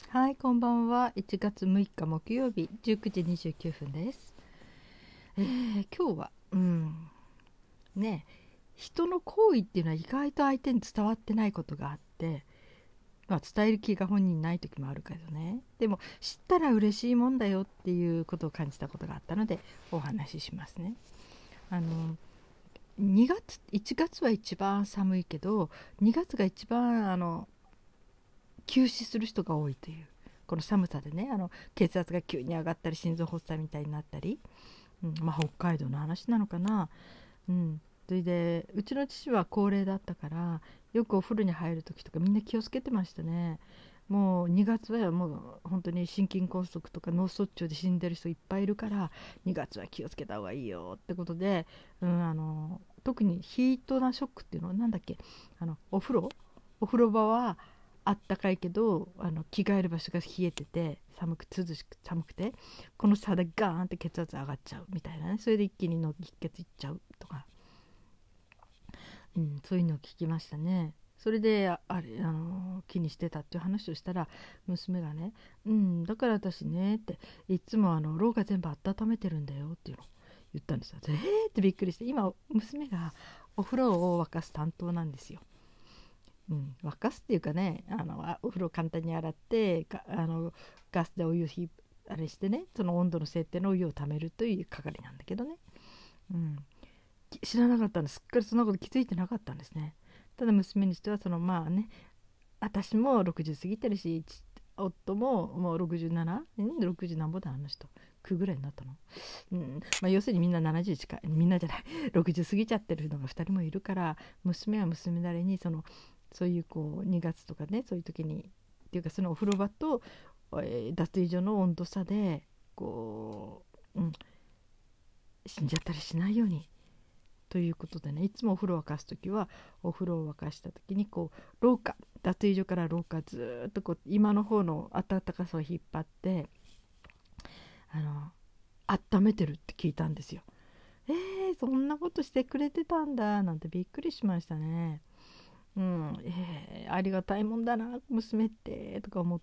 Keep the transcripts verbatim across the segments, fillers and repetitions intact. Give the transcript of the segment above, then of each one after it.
はい、こんばんは。いちがつむいか木曜日じゅうくじにじゅうきゅうふんです。えー、今日は、うん、ね、人の行為っていうのは意外と相手に伝わってないことがあって、まあ、伝える気が本人ない時もあるけどね。でも知ったら嬉しいもんだよっていうことを感じたことがあったのでお話ししますね。あのにがついちがつは一番寒いけどにがつが一番あの休止する人が多いという、この寒さでね、あの血圧が急に上がったり心臓発作みたいになったり、うん、まあ北海道の話なのかな。うん、それでうちの父は高齢だったからよくお風呂に入る時とかみんな気をつけてましたね。もうにがつはもう本当に心筋梗塞とか脳卒中で死んでる人いっぱいいるからにがつは気をつけた方がいいよってことで、うん、あの特にヒートなショックっていうのはなんだっけ、あのお風呂お風呂場はあったかいけどあの着替える場所が冷えてて寒く涼しく寒くてこの差でガーンって血圧上がっちゃうみたいなね、それで一気に脳出血いっちゃうとか、うん、そういうのを聞きましたね。それでああれあの気にしてたっていう話をしたら娘がね、うん、だから私ねっていつもあの廊下全部温めてるんだよっていうのを言ったんですよ。えーってびっくりして、今娘がお風呂を沸かす担当なんですよ。うん、沸かすっていうかね、あのあお風呂簡単に洗ってかあのガスでお湯ひあれしてね、その温度の設定のお湯をためるという係なんだけどね、うん、知らなかったんです。すっかりそんなこと気づいてなかったんですね。ただ娘にしてはそのまあね、私もろくじゅう過ぎてるし夫ももうろくじゅうなな、んろくじゅう何ぼだあの人きゅうぐらいになったの、うんまあ、要するにみんなななじゅう近い、みんなじゃないろくじゅう過ぎちゃってるのがふたりもいるから、娘は娘なりにそのそういうこうにがつとかね、そういう時にっていうかそのお風呂場と、えー脱衣所の温度差でこう、うん、死んじゃったりしないようにということでね、いつもお風呂を沸かす時はお風呂を沸かした時にこう廊下脱衣所から廊下ずっとこう今の方の暖かさを引っ張ってあの温めてるって聞いたんですよ。えー、そんなことしてくれてたんだなんてびっくりしましたね。うん、えー、ありがたいもんだな娘ってとか思って、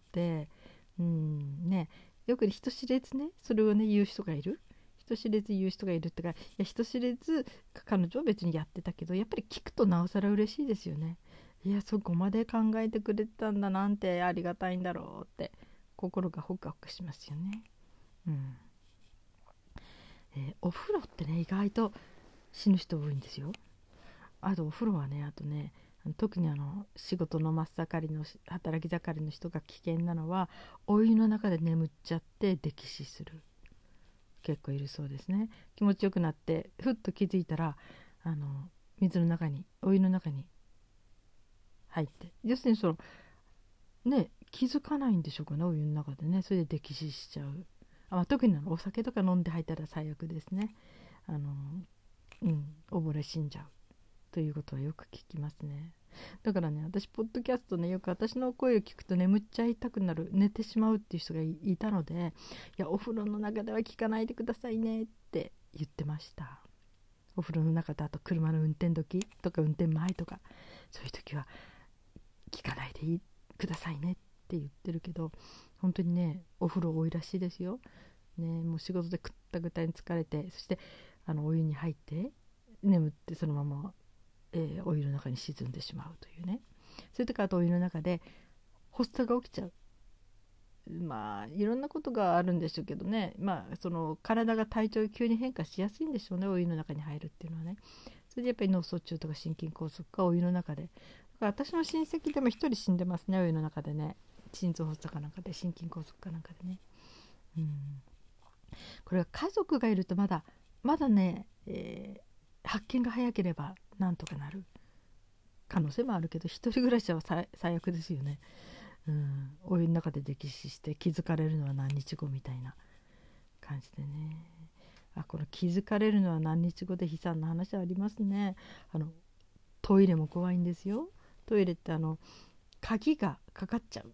うんね、よく人知れずねそれをね言う人がいる、人知れず言う人がいるってか、いや人知れず彼女は別にやってたけどやっぱり聞くとなおさら嬉しいですよね。いやそこまで考えてくれてたんだなんてありがたいんだろうって心がホクホクしますよね。うんえーお風呂ってね意外と死ぬ人多いんですよ。あとお風呂はね、あとね、特にあの仕事の真っ盛りの働き盛りの人が危険なのはお湯の中で眠っちゃって溺死する、結構いるそうですね。気持ちよくなってふっと気づいたらあの水の中にお湯の中に入って、要するにそのね気づかないんでしょうかね、お湯の中でね、それで溺死しちゃう。あ、まあ、特にあのお酒とか飲んで入ったら最悪ですね。あのうん溺れ死んじゃうということはよく聞きますね。だからね、私ポッドキャストね、よく私の声を聞くと眠っちゃいたくなる、寝てしまうっていう人が い, いたので、いやお風呂の中では聞かないでくださいねって言ってました。お風呂の中とあと車の運転時とか運転前とかそういう時は聞かないでいいくださいねって言ってるけど、本当にねお風呂多いらしいですよ。ね、もう仕事でくったくたに疲れて、そしてあのお湯に入って眠ってそのままえーお湯の中に沈んでしまうというね。それとかあとお湯の中で発作が起きちゃう。まあいろんなことがあるんでしょうけどね、まあその体が体調が急に変化しやすいんでしょうね、お湯の中に入るっていうのはね。それでやっぱり脳卒中とか心筋梗塞がお湯の中で、だから私の親戚でも一人死んでますね、お湯の中でね。心臓発作かなんかで心筋梗塞かなんかでね。うん、これは家族がいるとまだまだね、えー発見が早ければなんとかなる可能性もあるけど、一人暮らしは最悪ですよね。うん、お湯の中で溺死して気づかれるのは何日後みたいな感じでね。あ、この気づかれるのは何日後で悲惨な話ありますね。あのトイレも怖いんですよ。トイレってあの鍵がかかっちゃう。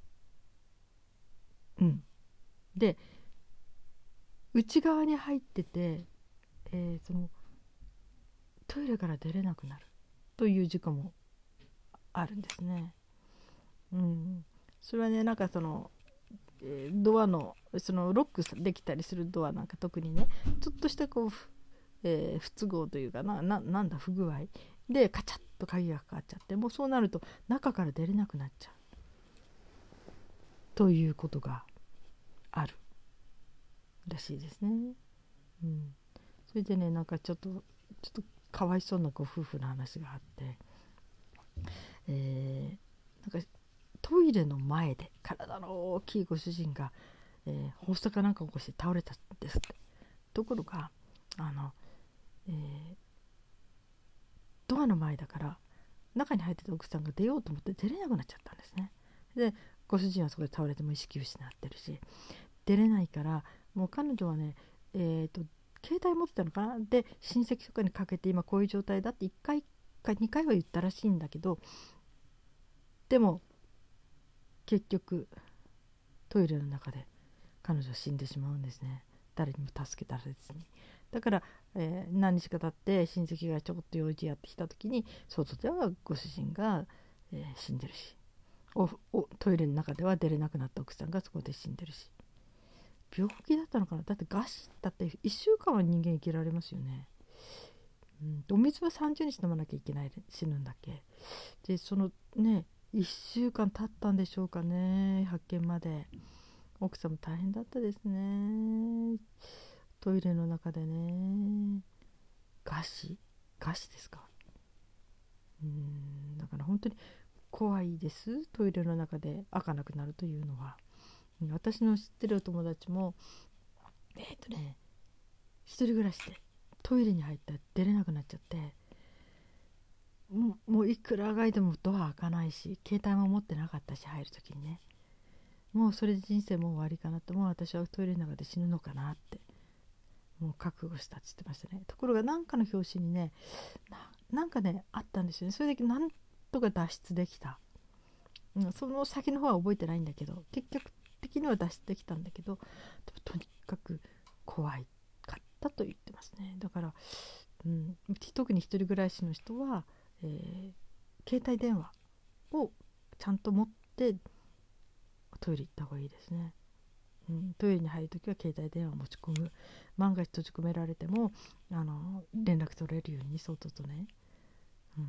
うん、で内側に入ってて、えーそのトイレから出れなくなるという事故もあるんですね。うん、それはねなんかそのえー、ドアのそのロックできたりするドアなんか特にね、ちょっとしたこう、えー、不都合というかな、な、なんだ不具合でカチャッと鍵がかかっちゃって、もうそうなると中から出れなくなっちゃうということがあるらしいですね。うん、それでね、なんかちょっとちょっとかわいそうなご夫婦の話があって、えー、なんかトイレの前で体の大きいご主人が、えー、発作かなんか起こして倒れたんですって。ところがあの、えー、ドアの前だから中に入ってた奥さんが出ようと思って出れなくなっちゃったんですね。でご主人はそこで倒れても意識失ってるし、出れないからもう彼女はね、えーと携帯持ってたのかな、で親戚とかにかけて今こういう状態だっていっかいかにかいは言ったらしいんだけど、でも結局トイレの中で彼女は死んでしまうんですね。誰にも助けられずに。だから、えー、何日か経って親戚がちょこっと用事やってきた時に、外ではご主人が、えー、死んでるし、おおトイレの中では出れなくなった奥さんがそこで死んでるし、病気だったのかな。だって餓死だっていっしゅうかんは人間生きられますよね。うん、お水はさんじゅうにち飲まなきゃいけない、死ぬんだっけ。でそのねいっしゅうかん経ったんでしょうかね、発見まで。奥さんも大変だったですね。トイレの中でね、餓死餓死ですか。うーんだから本当に怖いです、トイレの中で開かなくなるというのは。私の知ってるお友達もえっ、ー、とね一人暮らしでトイレに入ったら出れなくなっちゃって、もう、もういくらあがいてもドア開かないし、携帯も持ってなかったし、入る時にね、もうそれで人生もう終わりかなと、もう私はトイレの中で死ぬのかなってもう覚悟したって言ってましたね。ところが何かの表紙にね な, なんかねあったんですよね。それでなんとか脱出できた、うん、その先の方は覚えてないんだけど、結局的には脱出できたんだけど、とにかく怖いかったと言ってますね。だから、うん、特に一人暮らしの人は、えー、携帯電話をちゃんと持ってトイレ行った方がいいですね。うん、トイレに入るときは携帯電話を持ち込む。万が一閉じ込められてもあの連絡取れるように外とね、うん、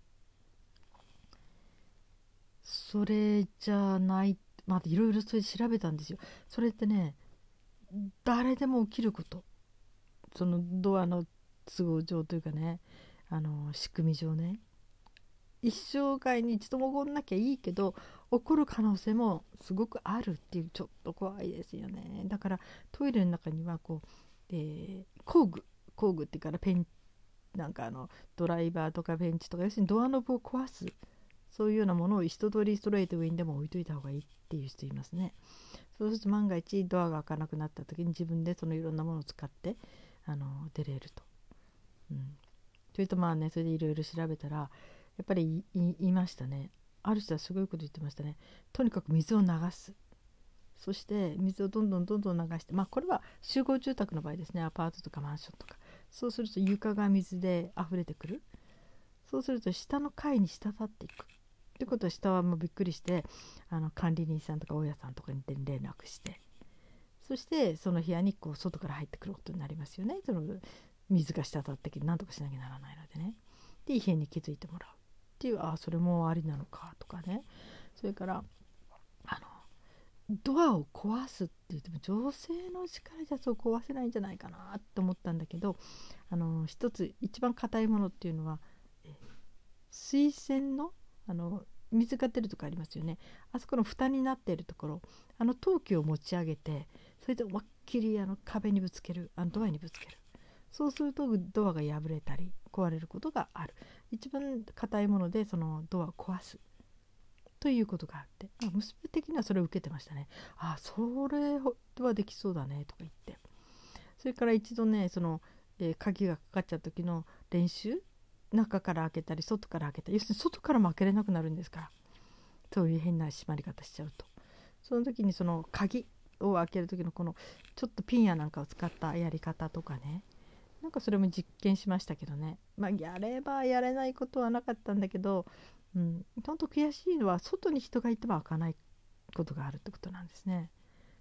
それじゃない、まあいろいろそれ調べたんですよ。それってね、誰でも起きること、そのドアの都合上というかね、あの仕組み上ね、一生涯に一度も起こんなきゃいいけど起こる可能性もすごくあるっていう、ちょっと怖いですよね。だからトイレの中にはこう、えー、工具工具っていうからペンなんかあのドライバーとかベンチとか、要するにドアノブを壊す、そういうようなものを一通りストレート上にでも置いといた方がいいっていう人いますね。そうすると万が一ドアが開かなくなった時に自分でそのいろんなものを使ってあの出れると。うん、それとまあね、それでいろいろ調べたらやっぱり言いましたね。ある人はすごいこと言ってましたね。とにかく水を流す。そして水をどんどんどんどん流して、まあこれは集合住宅の場合ですね、アパートとかマンションとか。そうすると床が水で溢れてくる。そうすると下の階に滴っていく。ということは下はもうびっくりして、あの管理人さんとか大家さんとかに連絡して、そしてその部屋にこう外から入ってくることになりますよね。その水が滴ってきて何とかしなきゃならないのでね。で異変に気づいてもらうっていう、ああそれもありなのかとかね。それからあのドアを壊すって言っても女性の力じゃそう壊せないんじゃないかなって思ったんだけど、あの一つ一番硬いものっていうのは、え水栓のあの水が出るとこありますよね。あそこの蓋になっているところ、あの陶器を持ち上げて、それで思いっきりあの壁にぶつける、あのドアにぶつける。そうするとドアが破れたり壊れることがある。一番硬いものでそのドアを壊すということがあって、あ、娘的にはそれを受けてましたね。あ、それはできそうだねとか言って。それから一度ね、その、えー、鍵がかかっちゃった時の練習、中から開けたり外から開けたり、要するに外からも開けれなくなるんですから、そういう変な閉まり方しちゃうと。その時にその鍵を開ける時のこのちょっとピンやなんかを使ったやり方とかね、なんかそれも実験しましたけどね、まあやればやれないことはなかったんだけど、うん、本当悔しいのは外に人がいても開かないことがあるってことなんですね。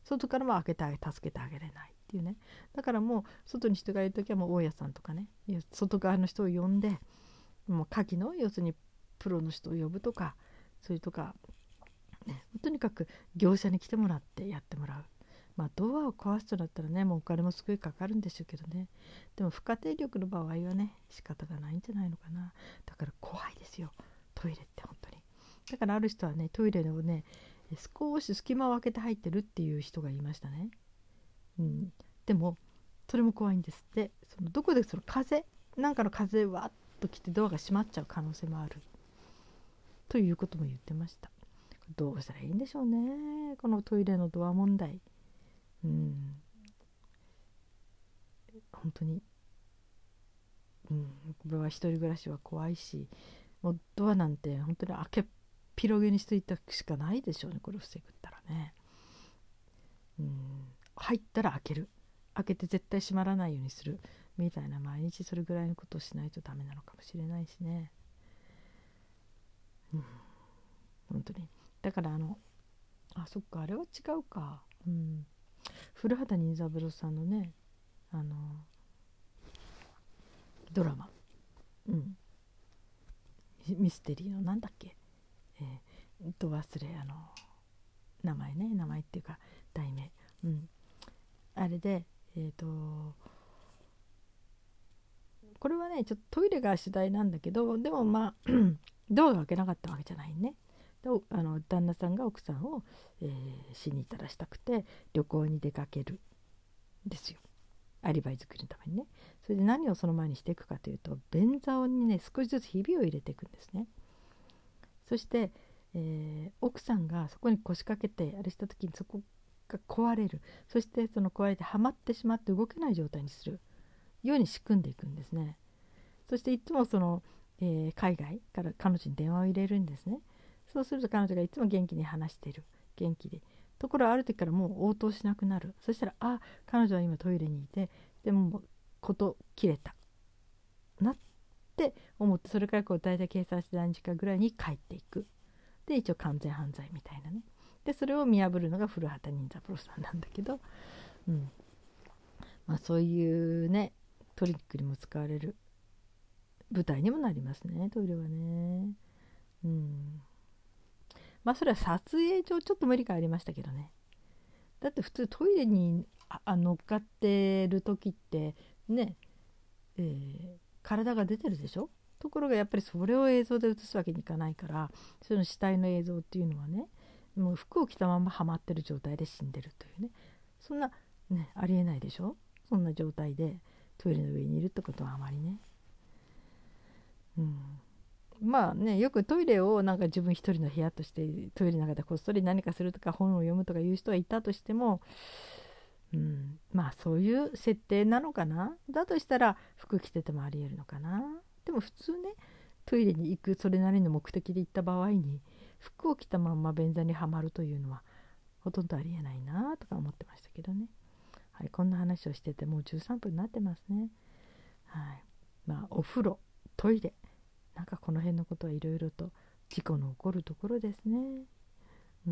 外からも開けてあげ助けてあげれないっていうね。だからもう外に人がいる時はもう大家さんとかね、外側の人を呼んで、もう鍵の要するにプロの人を呼ぶとか、それとか、ね、とにかく業者に来てもらってやってもらう。まあドアを壊すとなったらね、もうお金もすごいかかるんでしょうけどね。でも不可定力の場合はね、仕方がないんじゃないのかな。だから怖いですよ、トイレって本当に。だからある人はね、トイレをね、少し隙間を空けて入ってるっていう人がいましたね。うん、でもそれも怖いんですって。そのどこでその風なんかの風わっと来てドアが閉まっちゃう可能性もあるということも言ってました。どうしたらいいんでしょうね、このトイレのドア問題。うん、本当に、うん、これは一人暮らしは怖いし、もうドアなんて本当に開けっ広げにしといたしかないでしょうね、これを防ぐったらね。うん、入ったら開ける、開けて絶対閉まらないようにするみたいな、毎日それぐらいのことをしないとダメなのかもしれないしね。うん、本当に。だからあのあそっか、あれは違うか、うん、古畑任三郎さんのね、あのドラマ、うん、ミステリーのなんだっけ、えー、と忘れあの名前ね、名前っていうか題名、うん、あれでえっ、ー、とこれはねちょっとトイレが主題なんだけど、でもまあドアが開けなかったわけじゃないね。であの旦那さんが奥さんを、えー、死に至らしたくて旅行に出かけるんですよ、アリバイ作りのためにね。それで何をその前にしていくかというと、便座にね少しずつひびを入れていくんですね。そして、えー、奥さんがそこに腰掛けてあれした時にそこが壊れる、そしてその壊れてはまってしまって動けない状態にするように仕組んでいくんですね。そしていつもその、えー、海外から彼女に電話を入れるんですね。そうすると彼女がいつも元気に話している、元気で、ところがある時からもう応答しなくなる。そしたら、あ、彼女は今トイレにいて、でもこと切れたなって思って、それからこう大体計算して何時間ぐらいに帰っていく。で一応完全犯罪みたいなね。でそれを見破るのが古畑任三郎さんなんだけど、うん、まあそういうねトリックにも使われる舞台にもなりますね、トイレはね。うん、まあそれは撮影上ちょっと無理がありましたけどね。だって普通トイレにあ乗っかってる時ってね、えー、体が出てるでしょ。ところがやっぱりそれを映像で映すわけにいかないから、その死体の映像っていうのはね、もう服を着たままはまってる状態で死んでるというね、そんなねありえないでしょ。そんな状態でトイレの上にいるってことはあまりね。うん、まあね、よくトイレをなんか自分一人の部屋としてトイレの中でこっそり何かするとか本を読むとかいう人はいたとしても、うん、まあそういう設定なのかな。だとしたら服着ててもありえるのかな。でも普通ね、トイレに行くそれなりの目的で行った場合に服を着たまんま便座にはまるというのはほとんどありえないなとか思ってましたけどね。はい、こんな話をしててもうじゅうさんぷんになってますね。はい、まあお風呂、トイレ、なんかこの辺のことはいろいろと事故の起こるところですね。うん、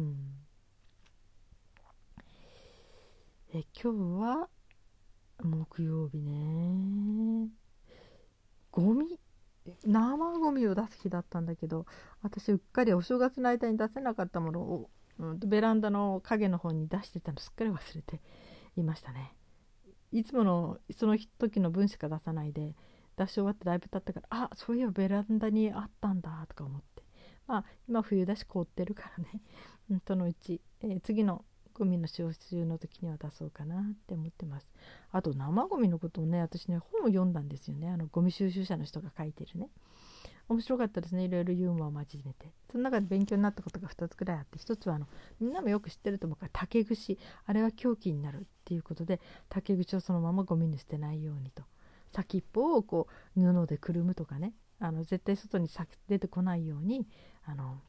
え今日は木曜日ね。ゴミ生ゴミを出す日だったんだけど、私うっかりお正月の間に出せなかったものを、うん、ベランダの影の方に出してたのすっかり忘れていましたね。いつものその時の分しか出さないで出し終わってだいぶ経ったから、あ、そういえばベランダにあったんだとか思って、まあ今冬だし凍ってるからね、うん、そのうち、えー、次のゴミの収集の時には出そうかなって思ってます。あと生ゴミのことをね、私ね本を読んだんですよね。あのゴミ収集車の人が書いてるね、面白かったですね。いろいろユーモアを交えて、その中で勉強になったことがふたつくらいあって、ひとつはあのみんなもよく知ってると思うから竹串、あれは凶器になるっていうことで、竹串をそのままゴミに捨てないようにと、先っぽをこう布でくるむとかね、あの絶対外に出てこないようにあの、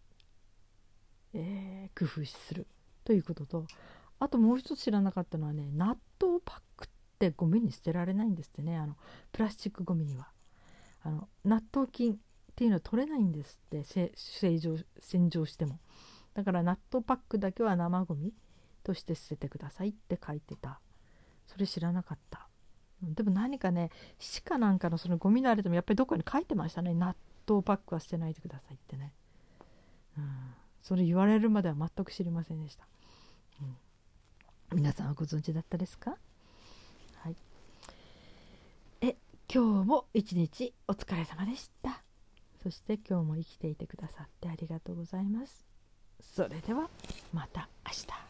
えー、工夫するということと、あともう一つ知らなかったのはね、納豆パックってゴミに捨てられないんですってね。あのプラスチックゴミにはあの納豆菌っていうのは取れないんですって、洗浄洗浄しても。だから納豆パックだけは生ゴミとして捨ててくださいって書いてた。それ知らなかった。でも何かね、歯科なんかのそのゴミのあれでもやっぱりどこに書いてましたね。納豆パックは捨てないでくださいってね。うん、それ言われるまでは全く知りませんでした。うん、皆さんはご存知だったですか？はい。え、今日も一日お疲れ様でした。そして今日も生きていてくださってありがとうございます。それではまた明日。